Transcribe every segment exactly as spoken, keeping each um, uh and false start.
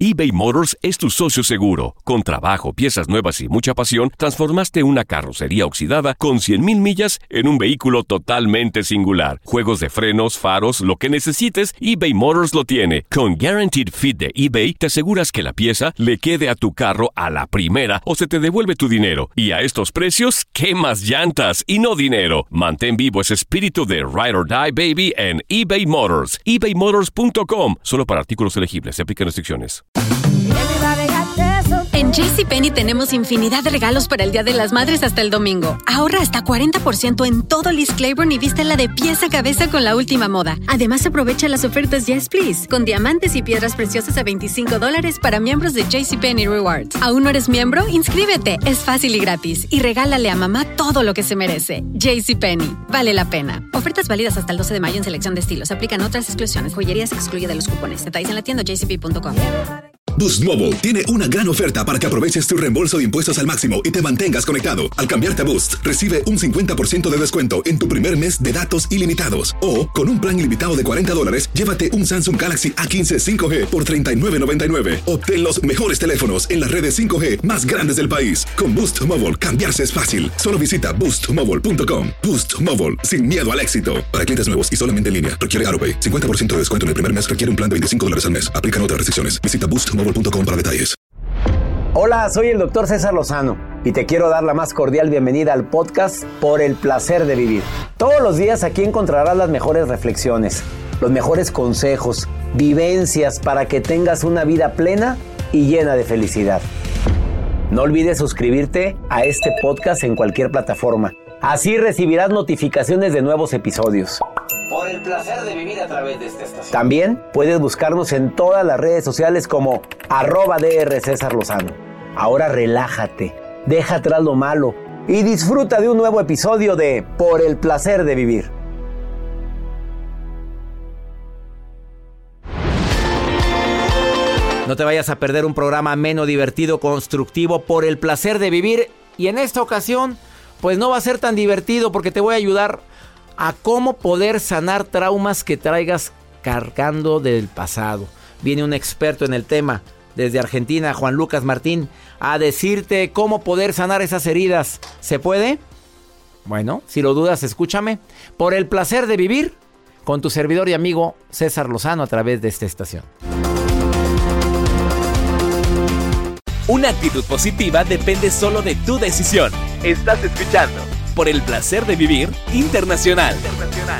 eBay Motors es tu socio seguro. Con trabajo, piezas nuevas y mucha pasión, transformaste una carrocería oxidada con cien mil millas en un vehículo totalmente singular. Juegos de frenos, faros, lo que necesites, eBay Motors lo tiene. Con Guaranteed Fit de eBay, te aseguras que la pieza le quede a tu carro a la primera o se te devuelve tu dinero. Y a estos precios, ¿qué más llantas y no dinero? Mantén vivo ese espíritu de Ride or Die, baby, en eBay Motors. ebay motors punto com. Solo para artículos elegibles. Se aplican restricciones. En JCPenney tenemos infinidad de regalos para el Día de las Madres hasta el domingo. Ahorra hasta cuarenta por ciento en todo Liz Claiborne y vístela de pies a cabeza con la última moda. Además, aprovecha las ofertas Yes Please, con diamantes y piedras preciosas a veinticinco dólares para miembros de JCPenney Rewards. ¿Aún no eres miembro? Inscríbete. Es fácil y gratis. Y regálale a mamá todo lo que se merece. JCPenney. Vale la pena. Ofertas válidas hasta el doce de mayo en selección de estilos. Aplican otras exclusiones. Joyería se excluye de los cupones. Detalles en la tienda j c p punto com. Boost Mobile tiene una gran oferta para que aproveches tu reembolso de impuestos al máximo y te mantengas conectado. Al cambiarte a Boost, recibe un cincuenta por ciento de descuento en tu primer mes de datos ilimitados. O, con un plan ilimitado de cuarenta dólares, llévate un Samsung Galaxy A quince cinco G por treinta y nueve noventa y nueve. Obtén los mejores teléfonos en las redes cinco G más grandes del país. Con Boost Mobile, cambiarse es fácil. Solo visita boost mobile punto com. Boost Mobile, sin miedo al éxito. Para clientes nuevos y solamente en línea, requiere AutoPay. cincuenta por ciento de descuento en el primer mes requiere un plan de veinticinco dólares al mes. Aplican otras restricciones. Visita boost mobile punto com para detalles. Hola, soy el doctor César Lozano y te quiero dar la más cordial bienvenida al podcast Por el Placer de Vivir. Todos los días aquí encontrarás las mejores reflexiones, los mejores consejos, vivencias para que tengas una vida plena y llena de felicidad. No olvides suscribirte a este podcast en cualquier plataforma. Así recibirás notificaciones de nuevos episodios. Por el placer de vivir a través de esta estación. También puedes buscarnos en todas las redes sociales como arroba DR César Lozano. Ahora relájate, deja atrás lo malo y disfruta de un nuevo episodio de Por el Placer de Vivir. No te vayas a perder un programa ameno, divertido, constructivo, Por el Placer de Vivir. Y en esta ocasión, pues no va a ser tan divertido porque te voy a ayudar a cómo poder sanar traumas que traigas cargando del pasado. Viene un experto en el tema desde Argentina, Juan Lucas Martín, a decirte cómo poder sanar esas heridas. ¿Se puede? Bueno, si lo dudas, escúchame. Por el Placer de Vivir, con tu servidor y amigo César Lozano a través de esta estación. Una actitud positiva depende solo de tu decisión. Estás escuchando Por el Placer de Vivir Internacional. Internacional.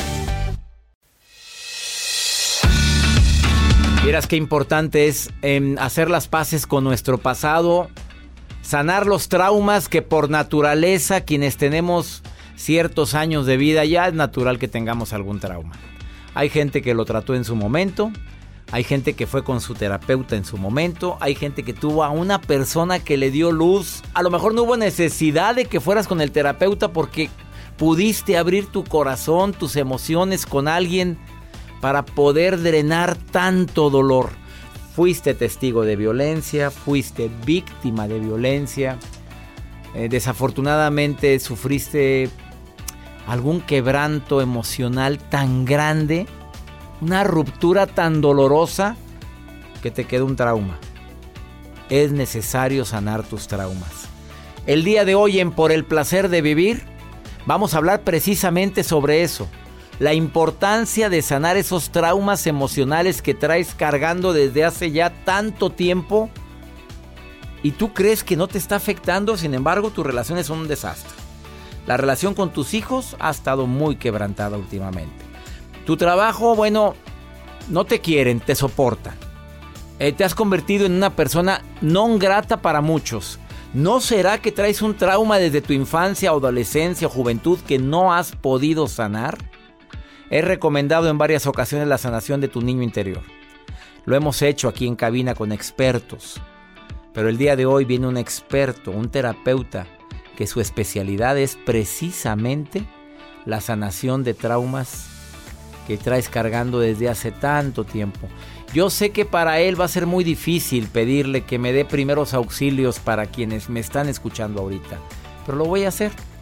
Vieras qué importante es eh, hacer las paces con nuestro pasado, sanar los traumas que por naturaleza quienes tenemos ciertos años de vida ya es natural que tengamos algún trauma. Hay gente que lo trató en su momento. Hay gente que fue con su terapeuta en su momento. Hay gente que tuvo a una persona que le dio luz. A lo mejor no hubo necesidad de que fueras con el terapeuta porque pudiste abrir tu corazón, tus emociones con alguien para poder drenar tanto dolor. Fuiste testigo de violencia, fuiste víctima de violencia. Eh, desafortunadamente sufriste algún quebranto emocional tan grande, una ruptura tan dolorosa que te queda un trauma. Es necesario sanar tus traumas. El día de hoy en Por el Placer de Vivir vamos a hablar precisamente sobre eso. La importancia de sanar esos traumas emocionales que traes cargando desde hace ya tanto tiempo y tú crees que no te está afectando, sin embargo tus relaciones son un desastre. La relación con tus hijos ha estado muy quebrantada últimamente. Tu trabajo, bueno, no te quieren, te soportan. Eh, te has convertido en una persona non grata para muchos. ¿No será que traes un trauma desde tu infancia, adolescencia o juventud que no has podido sanar? He recomendado en varias ocasiones la sanación de tu niño interior. Lo hemos hecho aquí en cabina con expertos. Pero el día de hoy viene un experto, un terapeuta, que su especialidad es precisamente la sanación de traumas que traes cargando desde hace tanto tiempo. Yo sé que para él va a ser muy difícil pedirle que me dé primeros auxilios para quienes me están escuchando ahorita, pero lo voy a hacer.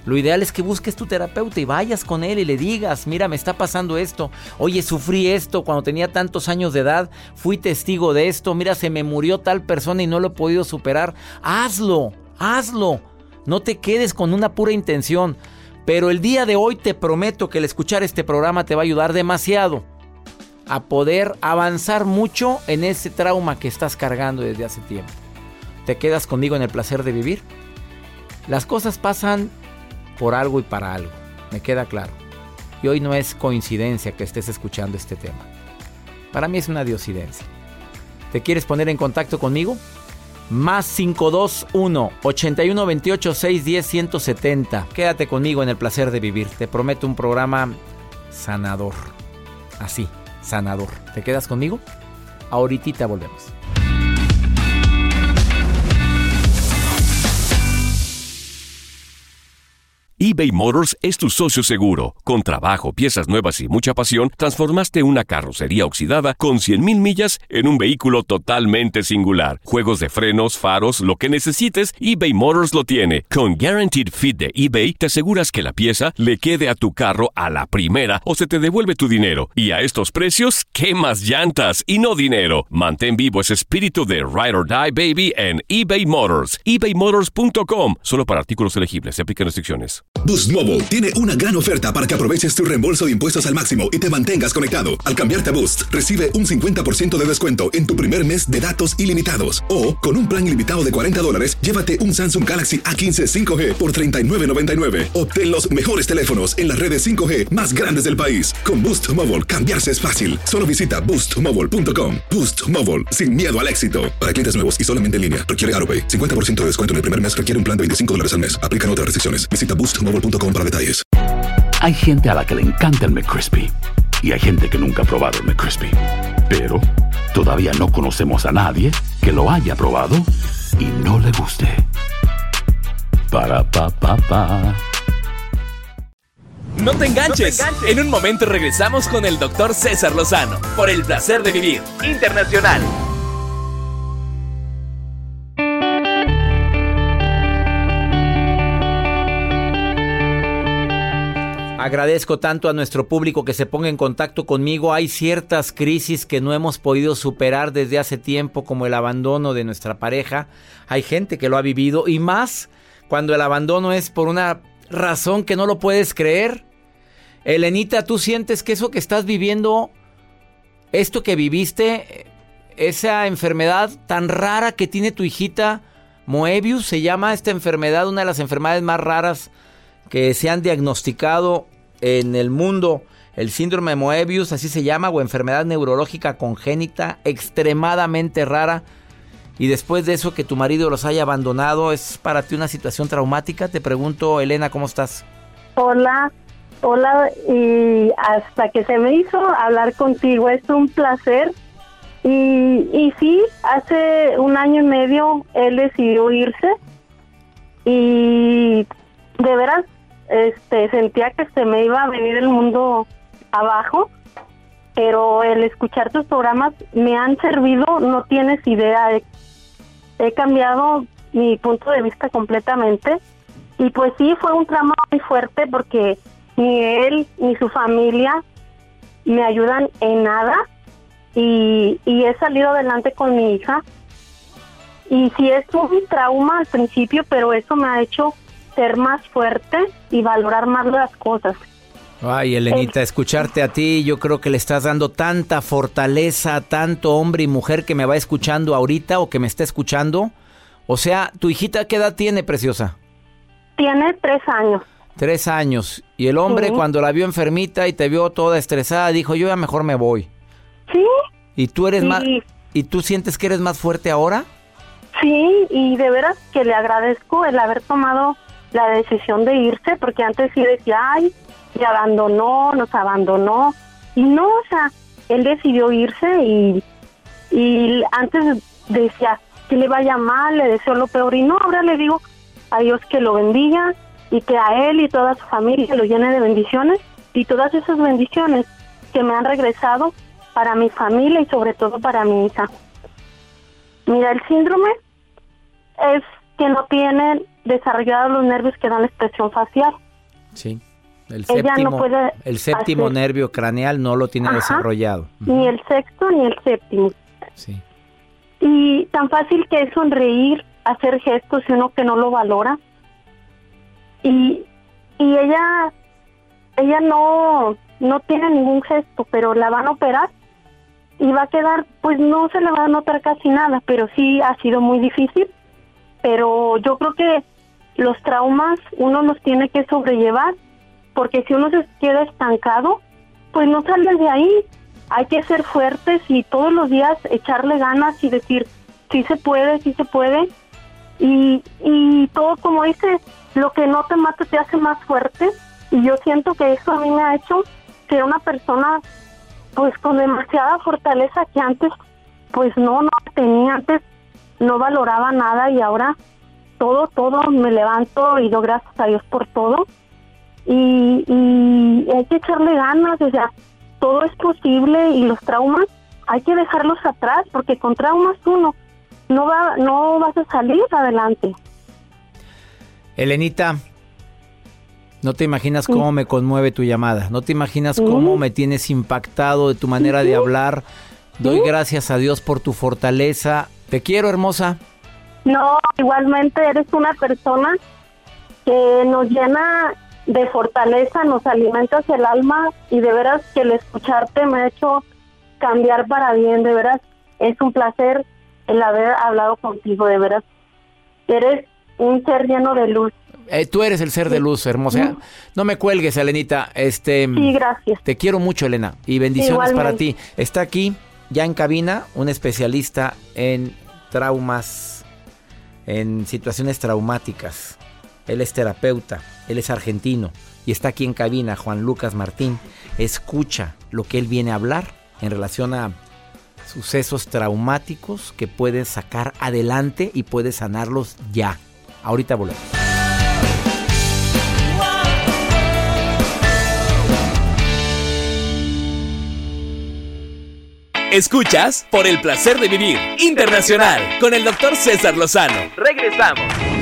Lo ideal es que busques tu terapeuta y vayas con él y le digas, mira, me está pasando esto. Oye, sufrí esto cuando tenía tantos años de edad. Fui testigo de esto. Mira, se me murió tal persona y no lo he podido superar. Hazlo, hazlo. No te quedes con una pura intención. Pero el día de hoy te prometo que el escuchar este programa te va a ayudar demasiado a poder avanzar mucho en ese trauma que estás cargando desde hace tiempo. ¿Te quedas conmigo en el placer de vivir? Las cosas pasan por algo y para algo, me queda claro. Y hoy no es coincidencia que estés escuchando este tema. Para mí es una diosidencia. ¿Te quieres poner en contacto conmigo? Más cinco dos uno, ochenta y uno, veintiocho, seiscientos diez, ciento setenta. Quédate conmigo en el placer de vivir. Te prometo un programa sanador. Así, sanador. ¿Te quedas conmigo? Ahoritita volvemos. eBay Motors es tu socio seguro. Con trabajo, piezas nuevas y mucha pasión, transformaste una carrocería oxidada con cien mil millas en un vehículo totalmente singular. Juegos de frenos, faros, lo que necesites, eBay Motors lo tiene. Con Guaranteed Fit de eBay, te aseguras que la pieza le quede a tu carro a la primera o se te devuelve tu dinero. Y a estos precios, ¿qué más llantas y no dinero? Mantén vivo ese espíritu de Ride or Die, baby, en eBay Motors. ebay motors punto com. Solo para artículos elegibles. Se aplican restricciones. Boost Mobile tiene una gran oferta para que aproveches tu reembolso de impuestos al máximo y te mantengas conectado. Al cambiarte a Boost, recibe un cincuenta por ciento de descuento en tu primer mes de datos ilimitados. O, con un plan ilimitado de cuarenta dólares, llévate un Samsung Galaxy A quince cinco G por treinta y nueve noventa y nueve. Obtén los mejores teléfonos en las redes cinco G más grandes del país. Con Boost Mobile, cambiarse es fácil. Solo visita boost mobile punto com. Boost Mobile, sin miedo al éxito. Para clientes nuevos y solamente en línea, requiere AutoPay. cincuenta por ciento de descuento en el primer mes requiere un plan de veinticinco dólares al mes. Aplican otras restricciones. Visita boost mobile punto com para detalles. Hay gente a la que le encanta el McCrispy y hay gente que nunca ha probado el McCrispy. Pero todavía no conocemos a nadie que lo haya probado y no le guste. Para pa pa pa. No te enganches. No te enganches. En un momento regresamos con el doctor César Lozano por el placer de vivir internacional. Agradezco tanto a nuestro público que se ponga en contacto conmigo. Hay ciertas crisis que no hemos podido superar desde hace tiempo, como el abandono de nuestra pareja. Hay gente que lo ha vivido, y más cuando el abandono es por una razón que no lo puedes creer. Elenita, ¿tú sientes que eso que estás viviendo, esto que viviste, esa enfermedad tan rara que tiene tu hijita, Moebius, se llama esta enfermedad, una de las enfermedades más raras que se han diagnosticado en el mundo, el síndrome de Moebius, así se llama, o enfermedad neurológica congénita extremadamente rara, y después de eso que tu marido los haya abandonado, ¿es para ti una situación traumática? Te pregunto, Elena, ¿cómo estás? Hola, hola, y hasta que se me hizo hablar contigo, es un placer, y, y sí, hace un año y medio él decidió irse, y de veras, Este, sentía que se me iba a venir el mundo abajo, pero el escuchar tus programas me han servido, no tienes idea, he, he cambiado mi punto de vista completamente, y pues sí, fue un trauma muy fuerte porque ni él ni su familia me ayudan en nada, y, y he salido adelante con mi hija, y sí es un trauma al principio, pero eso me ha hecho ser más fuerte y valorar más las cosas. Ay, Elenita, escucharte a ti, yo creo que le estás dando tanta fortaleza a tanto hombre y mujer que me va escuchando ahorita o que me está escuchando. O sea, ¿tu hijita qué edad tiene, preciosa? Tiene tres años. Tres años. Y el hombre, sí, cuando la vio enfermita y te vio toda estresada, dijo, yo ya mejor me voy. Sí. ¿Y tú eres sí. más... ¿Y tú sientes que eres más fuerte ahora? Sí, y de veras que le agradezco el haber tomado la decisión de irse, porque antes sí decía, ay, me abandonó, nos abandonó, y no, o sea, él decidió irse, y, y antes decía que le vaya mal, le deseo lo peor, y no, ahora le digo a Dios que lo bendiga, y que a él y toda su familia lo llene de bendiciones, y todas esas bendiciones que me han regresado para mi familia y sobre todo para mi hija. Mira, el síndrome es que no tienen desarrollados los nervios que dan la expresión facial. Sí. El Ella séptimo, no puede el séptimo hacer... nervio craneal no lo tiene Ajá. desarrollado. Ni el sexto ni el séptimo. Sí. Y tan fácil que es sonreír, hacer gestos y uno que no lo valora. Y, y ella, ella no, no tiene ningún gesto, pero la van a operar y va a quedar, pues no se le va a notar casi nada, pero sí ha sido muy difícil. Pero yo creo que los traumas uno los tiene que sobrellevar, porque si uno se queda estancado, pues no sales de ahí. Hay que ser fuertes y todos los días echarle ganas y decir, sí se puede, sí se puede. Y, y todo, como dice, lo que no te mata te hace más fuerte. Y yo siento que eso a mí me ha hecho ser una persona pues con demasiada fortaleza que antes pues no, no tenía. Antes no valoraba nada y ahora todo, todo me levanto y doy gracias a Dios por todo. Y, y hay que echarle ganas, o sea, todo es posible y los traumas hay que dejarlos atrás, porque con traumas uno no va, no vas a salir adelante. Elenita, no te imaginas cómo sí. me conmueve tu llamada, no te imaginas sí. cómo me tienes impactado de tu manera sí. de hablar. Doy sí. gracias a Dios por tu fortaleza. Te quiero, hermosa. No, igualmente eres una persona que nos llena de fortaleza, nos alimentas el alma y de veras que el escucharte me ha hecho cambiar para bien. De veras es un placer el haber hablado contigo, de veras eres un ser lleno de luz. Eh, tú eres el ser de luz, hermosa. ¿Sí? No me cuelgues, Elenita. Este, sí, gracias. Te quiero mucho, Elena, y bendiciones Igualmente. Para ti. Está aquí ya en cabina un especialista en traumas, en situaciones traumáticas. Él es terapeuta, él es argentino y está aquí en cabina, Juan Lucas Martín. Escucha lo que él viene a hablar en relación a sucesos traumáticos que puedes sacar adelante y puedes sanarlos ya. Ahorita volvemos. Escuchas Por el Placer de Vivir Internacional con el doctor César Lozano. Regresamos.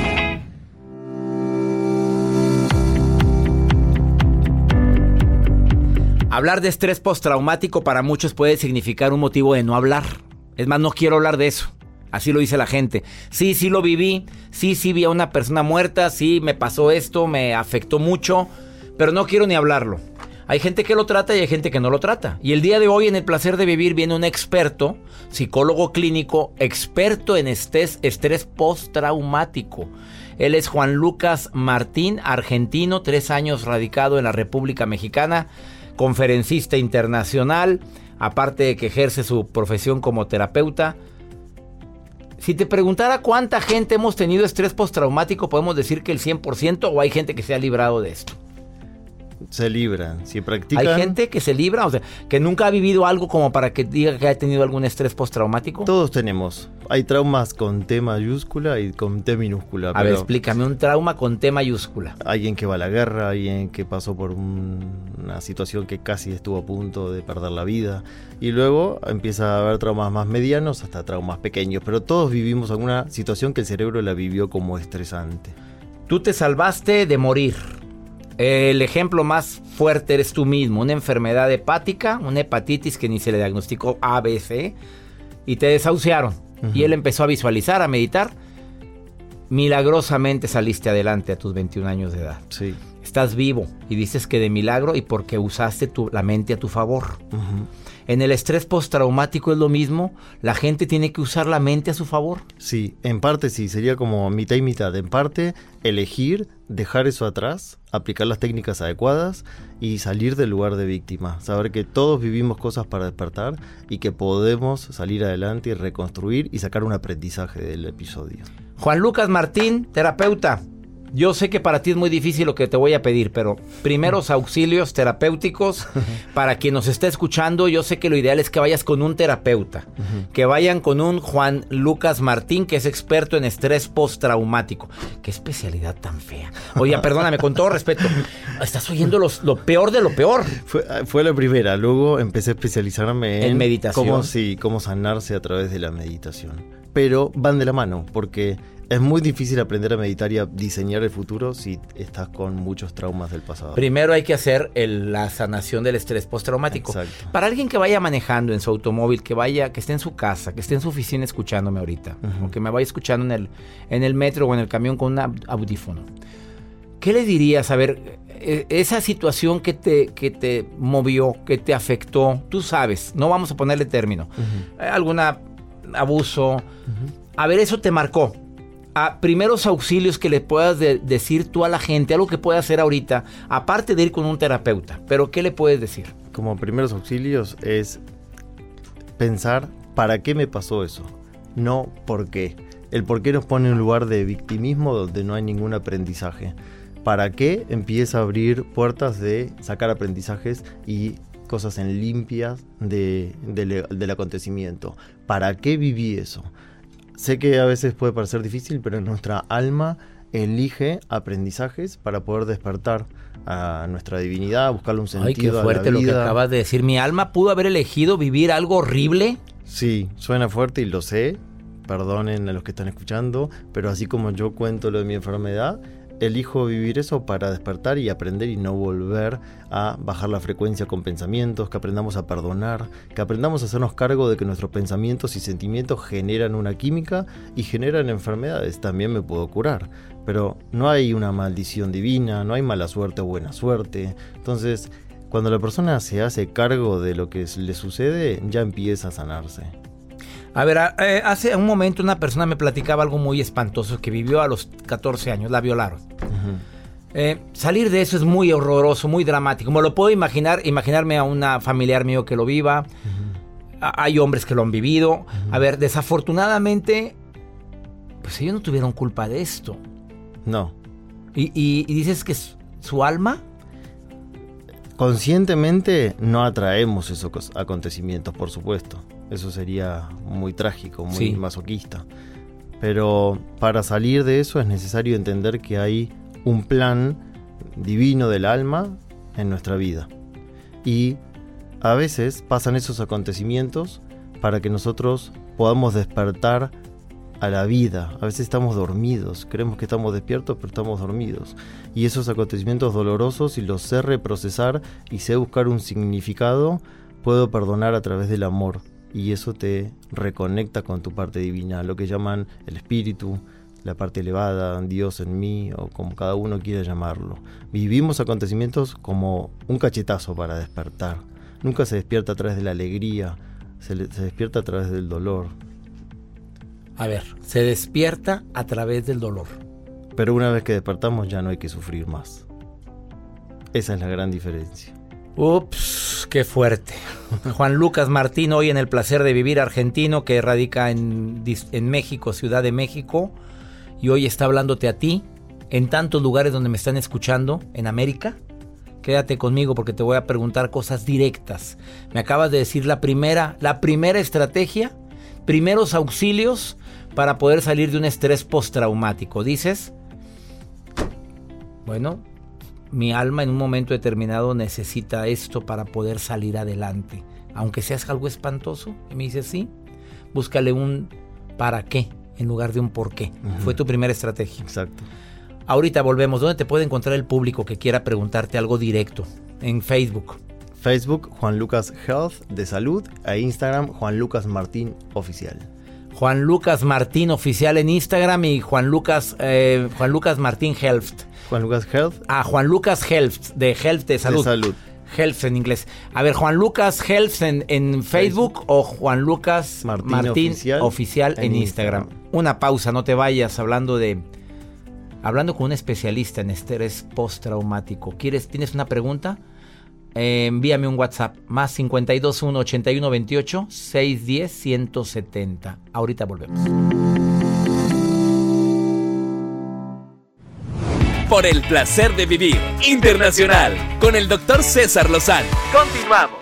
Hablar de estrés postraumático para muchos puede significar un motivo de no hablar. Es más, no quiero hablar de eso. Así lo dice la gente. Sí, sí lo viví. Sí, sí vi a una persona muerta. Sí, me pasó esto, me afectó mucho. Pero no quiero ni hablarlo. Hay gente que lo trata y hay gente que no lo trata. Y el día de hoy en El Placer de Vivir viene un experto, psicólogo clínico, experto en estrés, estrés postraumático. Él es Juan Lucas Martín, argentino, tres años radicado en la República Mexicana, conferencista internacional, aparte de que ejerce su profesión como terapeuta. Si te preguntara cuánta gente hemos tenido estrés postraumático, podemos decir que el cien por ciento, o hay gente que se ha librado de esto. Se libran, si practican. Hay gente que se libra, o sea, que nunca ha vivido algo como para que diga que ha tenido algún estrés postraumático. Todos tenemos. Hay traumas con T mayúscula y con T minúscula. A pero ver, explícame un trauma con T mayúscula. Alguien que va a la guerra, alguien que pasó por un, una situación que casi estuvo a punto de perder la vida. Y luego empieza a haber traumas más medianos hasta traumas pequeños. Pero todos vivimos alguna situación que el cerebro la vivió como estresante. Tú te salvaste de morir. El ejemplo más fuerte eres tú mismo, una enfermedad hepática, una hepatitis que ni se le diagnosticó A B C y te desahuciaron. Uh-huh. Y él empezó a visualizar, a meditar. Milagrosamente saliste adelante a tus veintiún años de edad. Sí. Estás vivo y dices que de milagro y porque usaste tu, la mente a tu favor. Uh-huh. En el estrés postraumático es lo mismo, la gente tiene que usar la mente a su favor. Sí, en parte sí, sería como mitad y mitad. En parte, elegir, dejar eso atrás, aplicar las técnicas adecuadas y salir del lugar de víctima. Saber que todos vivimos cosas para despertar y que podemos salir adelante y reconstruir y sacar un aprendizaje del episodio. Juan Lucas Martín, terapeuta. Yo sé que para ti es muy difícil lo que te voy a pedir, pero primeros auxilios terapéuticos para quien nos está escuchando. Yo sé que lo ideal es que vayas con un terapeuta, uh-huh. que vayan con un Juan Lucas Martín, que es experto en estrés postraumático. Qué especialidad tan fea. Oye, perdóname, con todo respeto, estás oyendo los, lo peor de lo peor. Fue, fue la primera, luego empecé a especializarme en, en meditación. Cómo, sí, cómo sanarse a través de la meditación. pero van de la mano, porque es muy difícil aprender a meditar y a diseñar el futuro si estás con muchos traumas del pasado. Primero hay que hacer el, la sanación del estrés postraumático. Exacto. Para alguien que vaya manejando en su automóvil, que vaya, que esté en su casa, que esté en su oficina escuchándome ahorita, uh-huh. o que me vaya escuchando en el, en el metro o en el camión con un audífono, ¿qué le dirías? A ver, esa situación que te, que te movió, que te afectó, tú sabes, no vamos a ponerle término, uh-huh. algún abuso, uh-huh. a ver, eso te marcó. A primeros auxilios que le puedas de, decir tú a la gente, algo que puedas hacer ahorita, aparte de ir con un terapeuta, pero ¿qué le puedes decir? Como primeros auxilios es pensar, ¿para qué me pasó eso? No, ¿por qué? El por qué nos pone en un lugar de victimismo donde no hay ningún aprendizaje. ¿Para qué? Empieza a abrir puertas de sacar aprendizajes y cosas en limpias de, de, del acontecimiento. ¿Para qué viví eso? Sé que a veces puede parecer difícil, pero nuestra alma elige aprendizajes para poder despertar a nuestra divinidad, buscarle un sentido. Ay, qué fuerte a la vida. Lo que acabas de decir. ¿Mi alma pudo haber elegido vivir algo horrible? Sí, suena fuerte y lo sé. Perdonen a los que están escuchando, pero así como yo cuento lo de mi enfermedad, elijo vivir eso para despertar y aprender y no volver a bajar la frecuencia con pensamientos, que aprendamos a perdonar, que aprendamos a hacernos cargo de que nuestros pensamientos y sentimientos generan una química y generan enfermedades. También me puedo curar, pero no hay una maldición divina, no hay mala suerte o buena suerte. Entonces, cuando la persona se hace cargo de lo que le sucede, ya empieza a sanarse. A ver, eh, hace un momento una persona me platicaba algo muy espantoso que vivió a los catorce años, la violaron. Uh-huh. Eh, salir de eso es muy horroroso, muy dramático. Me lo puedo imaginar, imaginarme a una familiar mío que lo viva. Uh-huh. A, hay hombres que lo han vivido. Uh-huh. A ver, desafortunadamente, pues ellos no tuvieron culpa de esto. No. ¿Y, y, y dices que su, su alma? Conscientemente no atraemos esos acontecimientos, por supuesto. Eso sería muy trágico, muy sí. masoquista. Pero para salir de eso es necesario entender que hay un plan divino del alma en nuestra vida. Y a veces pasan esos acontecimientos para que nosotros podamos despertar a la vida. A veces estamos dormidos, creemos que estamos despiertos, pero estamos dormidos. Y esos acontecimientos dolorosos, si los sé reprocesar y sé buscar un significado, puedo perdonar a través del amor. Y eso te reconecta con tu parte divina, lo que llaman el espíritu, la parte elevada, Dios en mí, o como cada uno quiera llamarlo. Vivimos acontecimientos como un cachetazo para despertar. Nunca se despierta a través de la alegría, se, le, se despierta a través del dolor. A ver, se despierta a través del dolor. Pero una vez que despertamos ya no hay que sufrir más. Esa es la gran diferencia. Ups, qué fuerte. Juan Lucas Martín, hoy en El Placer de Vivir, argentino, que radica en, en México, Ciudad de México, y hoy está hablándote a ti, en tantos lugares donde me están escuchando, en América. Quédate conmigo porque te voy a preguntar cosas directas. Me acabas de decir la primera, la primera estrategia, primeros auxilios para poder salir de un estrés postraumático. Dices, bueno, mi alma en un momento determinado necesita esto para poder salir adelante. Aunque seas algo espantoso. Y me dices, sí, búscale un para qué en lugar de un por qué. Uh-huh. Fue tu primera estrategia. Exacto. Ahorita volvemos. ¿Dónde te puede encontrar el público que quiera preguntarte algo directo? En Facebook. Facebook, Juan Lucas Health de Salud. E Instagram, Juan Lucas Martín Oficial. Juan Lucas Martín Oficial en Instagram y Juan Lucas, eh, Juan Lucas Martín Health. Juan Lucas Health. Ah, Juan Lucas Health, de Health de Salud. De Salud. Health en inglés. A ver, Juan Lucas Health en, en Facebook, Facebook o Juan Lucas Martín, Martín Oficial, Oficial en, en Instagram. Instagram. Una pausa, no te vayas, hablando de hablando con un especialista en estrés postraumático. ¿Quieres, tienes una pregunta? Eh, envíame un WhatsApp, más cincuenta y dos uno, ochenta y uno veintiocho, seiscientos diez, ciento setenta. Ahorita volvemos. Por el placer de vivir internacional con el doctor César Lozano. Continuamos.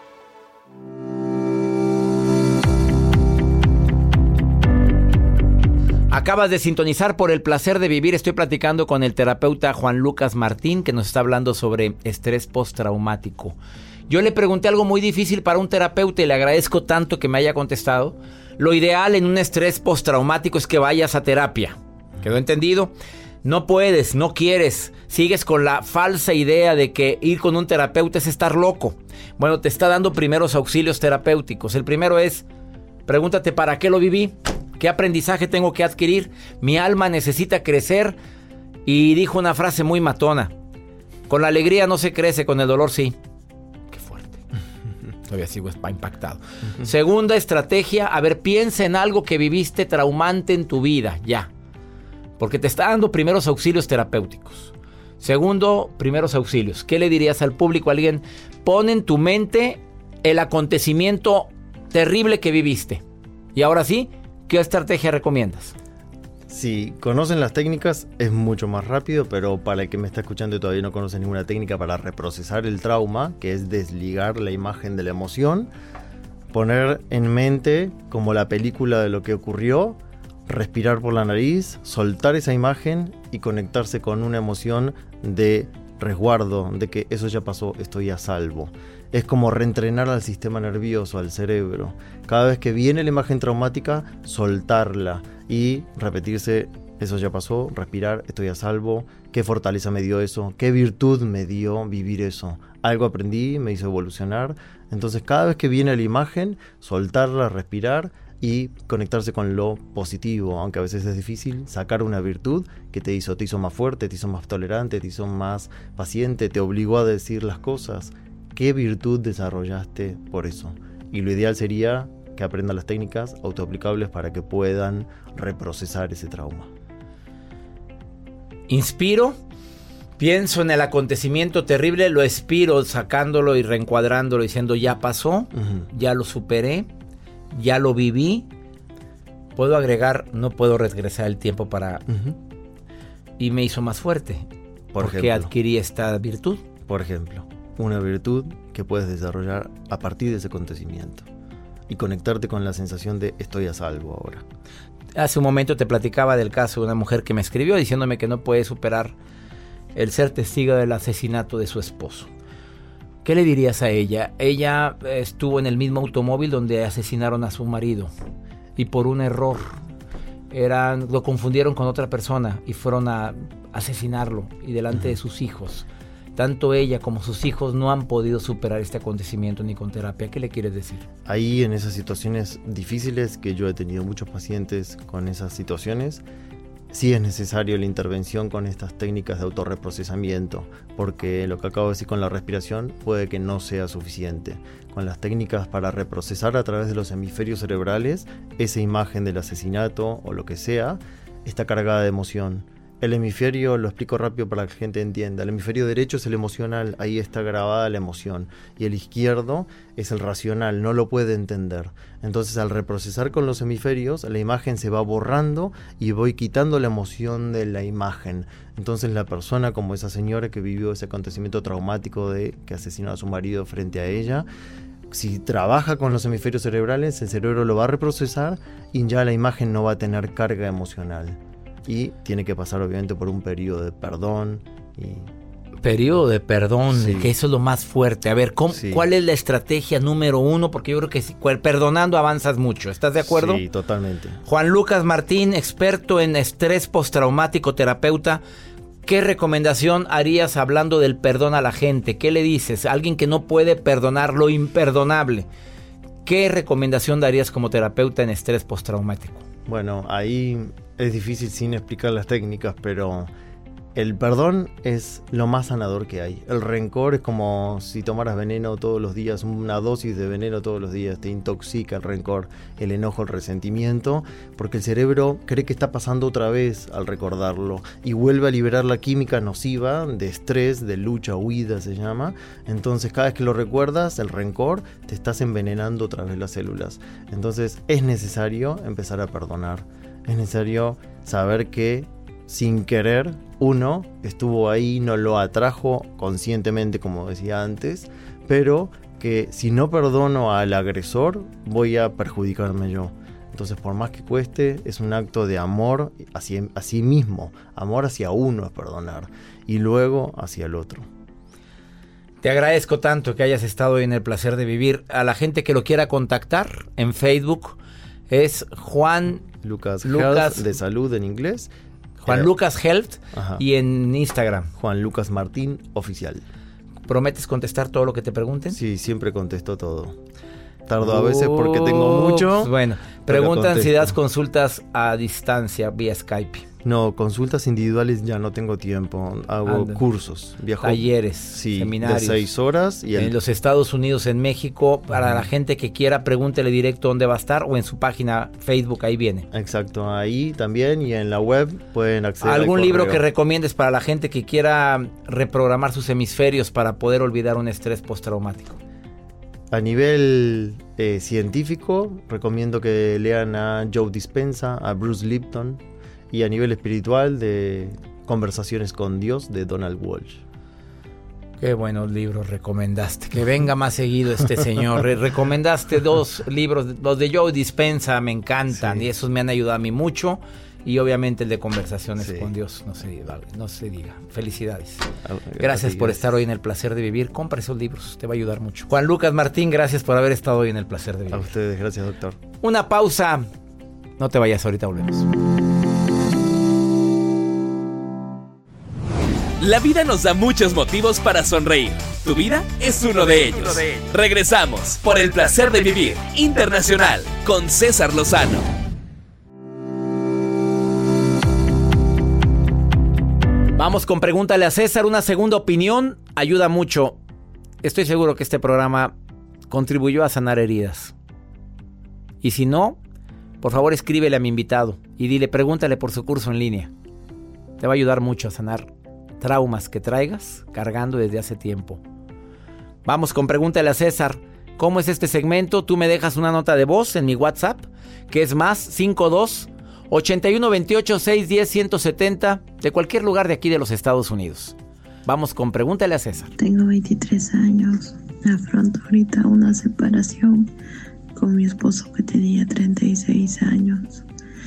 Acabas de sintonizar Por el placer de vivir. Estoy platicando con el terapeuta Juan Lucas Martín, que nos está hablando sobre estrés postraumático. Yo le pregunté algo muy difícil para un terapeuta y le agradezco tanto que me haya contestado, Lo ideal en un estrés postraumático es que vayas a terapia. ¿Quedó entendido? No puedes, no quieres, sigues con la falsa idea de que ir con un terapeuta es estar loco. Bueno, te está dando primeros auxilios terapéuticos. El primero es, pregúntate, ¿para qué lo viví? ¿Qué aprendizaje tengo que adquirir? Mi alma necesita crecer. Y dijo una frase muy matona: con la alegría no se crece, con el dolor sí. Qué fuerte. Todavía sigo impactado. Segunda estrategia, a ver, piensa en algo que viviste traumante en tu vida, ya. Porque te está dando primeros auxilios terapéuticos. Segundo, primeros auxilios. ¿Qué le dirías al público? A alguien, pon en tu mente el acontecimiento terrible que viviste. Y ahora sí, ¿qué estrategia recomiendas? Si conocen las técnicas es mucho más rápido, pero para el que me está escuchando y todavía no conoce ninguna técnica para reprocesar el trauma, que es desligar la imagen de la emoción, poner en mente como la película de lo que ocurrió, respirar por la nariz, soltar esa imagen y conectarse con una emoción de resguardo, de que eso ya pasó, estoy a salvo. Es como reentrenar al sistema nervioso, al cerebro. Cada vez que viene la imagen traumática, soltarla y repetirse, eso ya pasó, respirar, estoy a salvo, qué fortaleza me dio eso, qué virtud me dio vivir eso. Algo aprendí, me hizo evolucionar. Entonces cada vez que viene la imagen, soltarla, respirar y conectarse con lo positivo, aunque a veces es difícil, sacar una virtud que te hizo, te hizo más fuerte, te hizo más tolerante, te hizo más paciente, te obligó a decir las cosas. ¿Qué virtud desarrollaste por eso? Y lo ideal sería que aprendan las técnicas autoaplicables para que puedan reprocesar ese trauma. Inspiro, pienso en el acontecimiento terrible, lo expiro sacándolo y reencuadrándolo, diciendo ya pasó, uh-huh. ya lo superé, ya lo viví. Puedo agregar, no puedo regresar el tiempo para... Uh-huh. Y me hizo más fuerte. Por porque ejemplo, adquirí esta virtud. Por ejemplo, una virtud que puedes desarrollar a partir de ese acontecimiento. Y conectarte con la sensación de estoy a salvo ahora. Hace un momento te platicaba del caso de una mujer que me escribió diciéndome que no puede superar el ser testigo del asesinato de su esposo. ¿Qué le dirías a ella? Ella estuvo en el mismo automóvil donde asesinaron a su marido y por un error eran, lo confundieron con otra persona y fueron a asesinarlo y delante uh-huh. de sus hijos. Tanto ella como sus hijos no han podido superar este acontecimiento ni con terapia. ¿Qué le quieres decir? Ahí en esas situaciones difíciles, que yo he tenido muchos pacientes con esas situaciones, sí es necesario la intervención con estas técnicas de autorreprocesamiento, porque lo que acabo de decir con la respiración puede que no sea suficiente. Con las técnicas para reprocesar a través de los hemisferios cerebrales, esa imagen del asesinato o lo que sea, está cargada de emoción. El hemisferio, lo explico rápido para que la gente entienda, el hemisferio derecho es el emocional, ahí está grabada la emoción, y el izquierdo es el racional, no lo puede entender. Entonces al reprocesar con los hemisferios, la imagen se va borrando y voy quitando la emoción de la imagen. Entonces la persona, como esa señora que vivió ese acontecimiento traumático de que asesinó a su marido frente a ella, si trabaja con los hemisferios cerebrales, el cerebro lo va a reprocesar y ya la imagen no va a tener carga emocional. Y tiene que pasar obviamente por un periodo de perdón. Y... Periodo de perdón, sí. Que eso es lo más fuerte. A ver, ¿cómo, sí. ¿cuál es la estrategia número uno? Porque yo creo que si, perdonando avanzas mucho. ¿Estás de acuerdo? Sí, totalmente. Juan Lucas Martín, experto en estrés postraumático, terapeuta. ¿Qué recomendación harías hablando del perdón a la gente? ¿Qué le dices? Alguien que no puede perdonar lo imperdonable. ¿Qué recomendación darías como terapeuta en estrés postraumático? Bueno, ahí es difícil sin explicar las técnicas, pero el perdón es lo más sanador que hay. El rencor es como si tomaras veneno todos los días, una dosis de veneno todos los días, te intoxica el rencor, el enojo, el resentimiento, porque el cerebro cree que está pasando otra vez al recordarlo y vuelve a liberar la química nociva de estrés, de lucha, huida se llama. Entonces cada vez que lo recuerdas, el rencor, te estás envenenando otra vez las células. Entonces es necesario empezar a perdonar. Es necesario saber que sin querer uno estuvo ahí, no lo atrajo conscientemente como decía antes, pero que si no perdono al agresor voy a perjudicarme yo. Entonces por más que cueste, es un acto de amor hacia, a sí mismo. Amor hacia uno es perdonar y luego hacia el otro. Te agradezco tanto que hayas estado hoy en El Placer de Vivir. A la gente que lo quiera contactar en Facebook, Es Juan Lucas, Lucas Health, de salud en inglés. Juan Eh, Lucas Health. Ajá. Y en Instagram. Juan Lucas Martín Oficial. ¿Prometes contestar todo lo que te pregunten? Sí, siempre contesto todo. Tardo a veces porque tengo mucho. Ups, bueno, pero preguntan si contesto. das consultas a distancia vía Skype. No, consultas individuales ya no tengo tiempo. Hago Anda. cursos. Viajo. Talleres, Sí, seminarios. de seis horas. Y el- En los Estados Unidos, en México, para la gente que quiera, pregúntele directo dónde va a estar o en su página Facebook, ahí viene. Exacto, ahí también y en la web pueden acceder. ¿Algún al libro correo. que recomiendes para la gente que quiera reprogramar sus hemisferios para poder olvidar un estrés postraumático? A nivel eh, científico, recomiendo que lean a Joe Dispenza, a Bruce Lipton, y a nivel espiritual, de Conversaciones con Dios, de Donald Walsh. Qué buenos libros recomendaste. Que venga más seguido este señor. Re- recomendaste dos libros, los de Joe Dispenza, me encantan, Sí. y esos me han ayudado a mí mucho. Y obviamente el de Conversaciones Sí. con Dios, no se diga, no se diga. Felicidades. Ah, Gracias por gracias. estar hoy en El Placer de Vivir. Compra esos libros, te va a ayudar mucho. Juan Lucas Martín, gracias por haber estado hoy en El Placer de A Vivir. ustedes, gracias, doctor. Una pausa. No te vayas, ahorita volvemos. La vida nos da muchos motivos para sonreír. Tu vida es uno de ellos. Regresamos por El Placer de Vivir Internacional con César Lozano. Vamos con Pregúntale a César. Una segunda opinión ayuda mucho. Estoy seguro que este programa contribuyó a sanar heridas. Y si no, por favor escríbele a mi invitado y dile, pregúntale por su curso en línea. Te va a ayudar mucho a sanar traumas que traigas cargando desde hace tiempo. Vamos con Pregúntale a César. ¿Cómo es este segmento? Tú me dejas una nota de voz en mi WhatsApp, que es más cincuenta y dos, ochenta y uno, veintiocho, seiscientos diez, ciento setenta, de cualquier lugar de aquí de los Estados Unidos. Vamos con Pregúntale a César. Tengo veintitrés años. Afronto ahorita una separación con mi esposo que tenía treinta y seis años.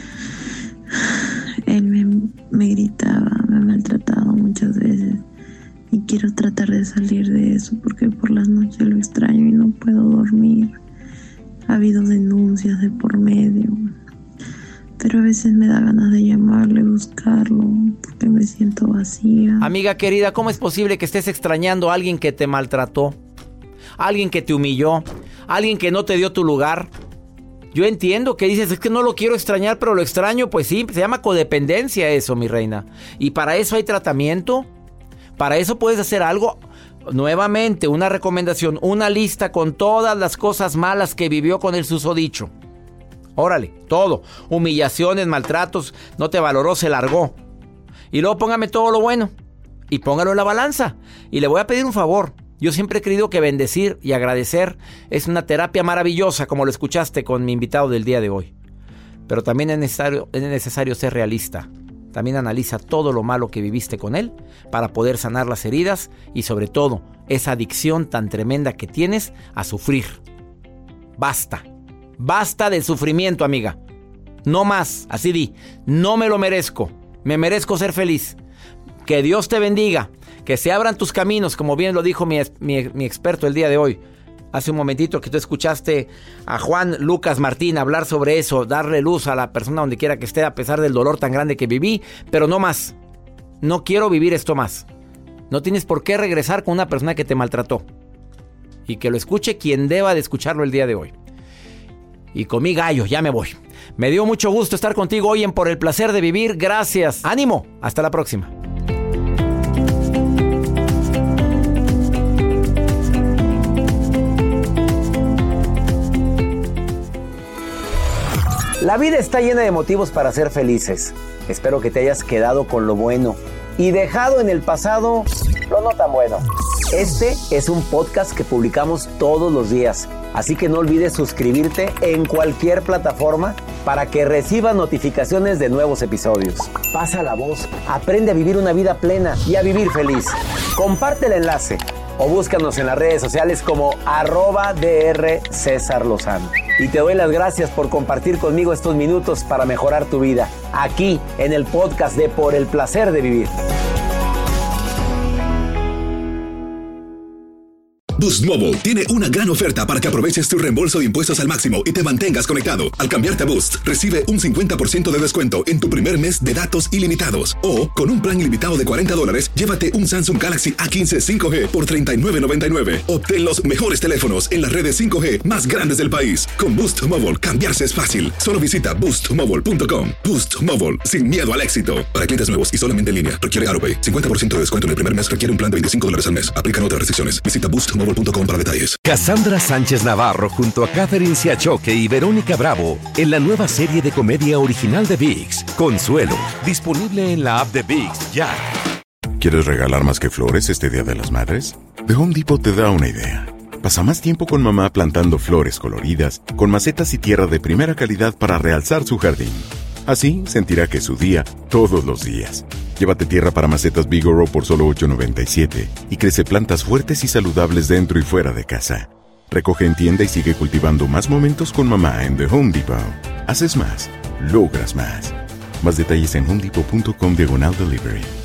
Él me, me gritaba, me ha maltratado muchas veces y quiero tratar de salir de eso porque por las noches lo extraño y no puedo dormir. Ha habido denuncias de por medio, pero a veces me da ganas de llamarle, buscarlo, porque me siento vacía. Amiga querida, ¿cómo es posible que estés extrañando a alguien que te maltrató? A alguien que te humilló, a alguien que no te dio tu lugar. Yo entiendo que dices, es que no lo quiero extrañar, pero lo extraño. Pues sí, se llama codependencia eso, mi reina. Y para eso hay tratamiento. Para eso puedes hacer algo. Nuevamente, una recomendación, una lista con todas las cosas malas que vivió con el susodicho. Órale, todo. Humillaciones, maltratos, no te valoró, se largó. Y luego póngame todo lo bueno. Y póngalo en la balanza. Y le voy a pedir un favor. Yo siempre he creído que bendecir y agradecer es una terapia maravillosa, como lo escuchaste con mi invitado del día de hoy. Pero también es necesario, es necesario ser realista. También analiza todo lo malo que viviste con él para poder sanar las heridas y sobre todo esa adicción tan tremenda que tienes a sufrir. Basta. Basta del sufrimiento, amiga. No más. Así di. No me lo merezco. Me merezco ser feliz. Que Dios te bendiga. Que se abran tus caminos, como bien lo dijo mi, mi, mi experto el día de hoy. Hace un momentito que tú escuchaste a Juan Lucas Martín hablar sobre eso, darle luz a la persona donde quiera que esté a pesar del dolor tan grande que viví, pero no más. No quiero vivir esto más. No tienes por qué regresar con una persona que te maltrató. Y que lo escuche quien deba de escucharlo el día de hoy. Y con mi gallo, ya me voy. Me dio mucho gusto estar contigo hoy en Por el Placer de Vivir. Gracias. Ánimo. Hasta la próxima. La vida está llena de motivos para ser felices. Espero que te hayas quedado con lo bueno y dejado en el pasado lo no tan bueno. Este es un podcast que publicamos todos los días, así que no olvides suscribirte en cualquier plataforma para que recibas notificaciones de nuevos episodios. Pasa la voz, aprende a vivir una vida plena y a vivir feliz. Comparte el enlace o búscanos en las redes sociales como arroba dr César Lozano. Y te doy las gracias por compartir conmigo estos minutos para mejorar tu vida, aquí en el podcast de Por el Placer de Vivir. Boost Mobile tiene una gran oferta para que aproveches tu reembolso de impuestos al máximo y te mantengas conectado. Al cambiarte a Boost, recibe un cincuenta por ciento de descuento en tu primer mes de datos ilimitados. O, con un plan ilimitado de cuarenta dólares, llévate un Samsung Galaxy A quince cinco G por treinta y nueve noventa y nueve. Obtén los mejores teléfonos en las redes cinco G más grandes del país. Con Boost Mobile, cambiarse es fácil. Solo visita boost mobile punto com. Boost Mobile, sin miedo al éxito. Para clientes nuevos y solamente en línea, requiere AutoPay. cincuenta por ciento de descuento en el primer mes requiere un plan de veinticinco dólares al mes. Aplican otras restricciones. Visita boost mobile punto com para detalles. Cassandra Sánchez Navarro junto a Catherine Siachoque y Verónica Bravo en la nueva serie de comedia original de ViX, Consuelo, disponible en la app de ViX ya. ¿Quieres regalar más que flores este Día de las Madres? The Home Depot te da una idea. Pasa más tiempo con mamá plantando flores coloridas, con macetas y tierra de primera calidad para realzar su jardín. Así sentirá que es su día todos los días. Llévate tierra para macetas Bigoro por solo ocho noventa y siete y crece plantas fuertes y saludables dentro y fuera de casa. Recoge en tienda y sigue cultivando más momentos con mamá en The Home Depot. Haces más, logras más. Más detalles en homedepot punto com diagonal delivery.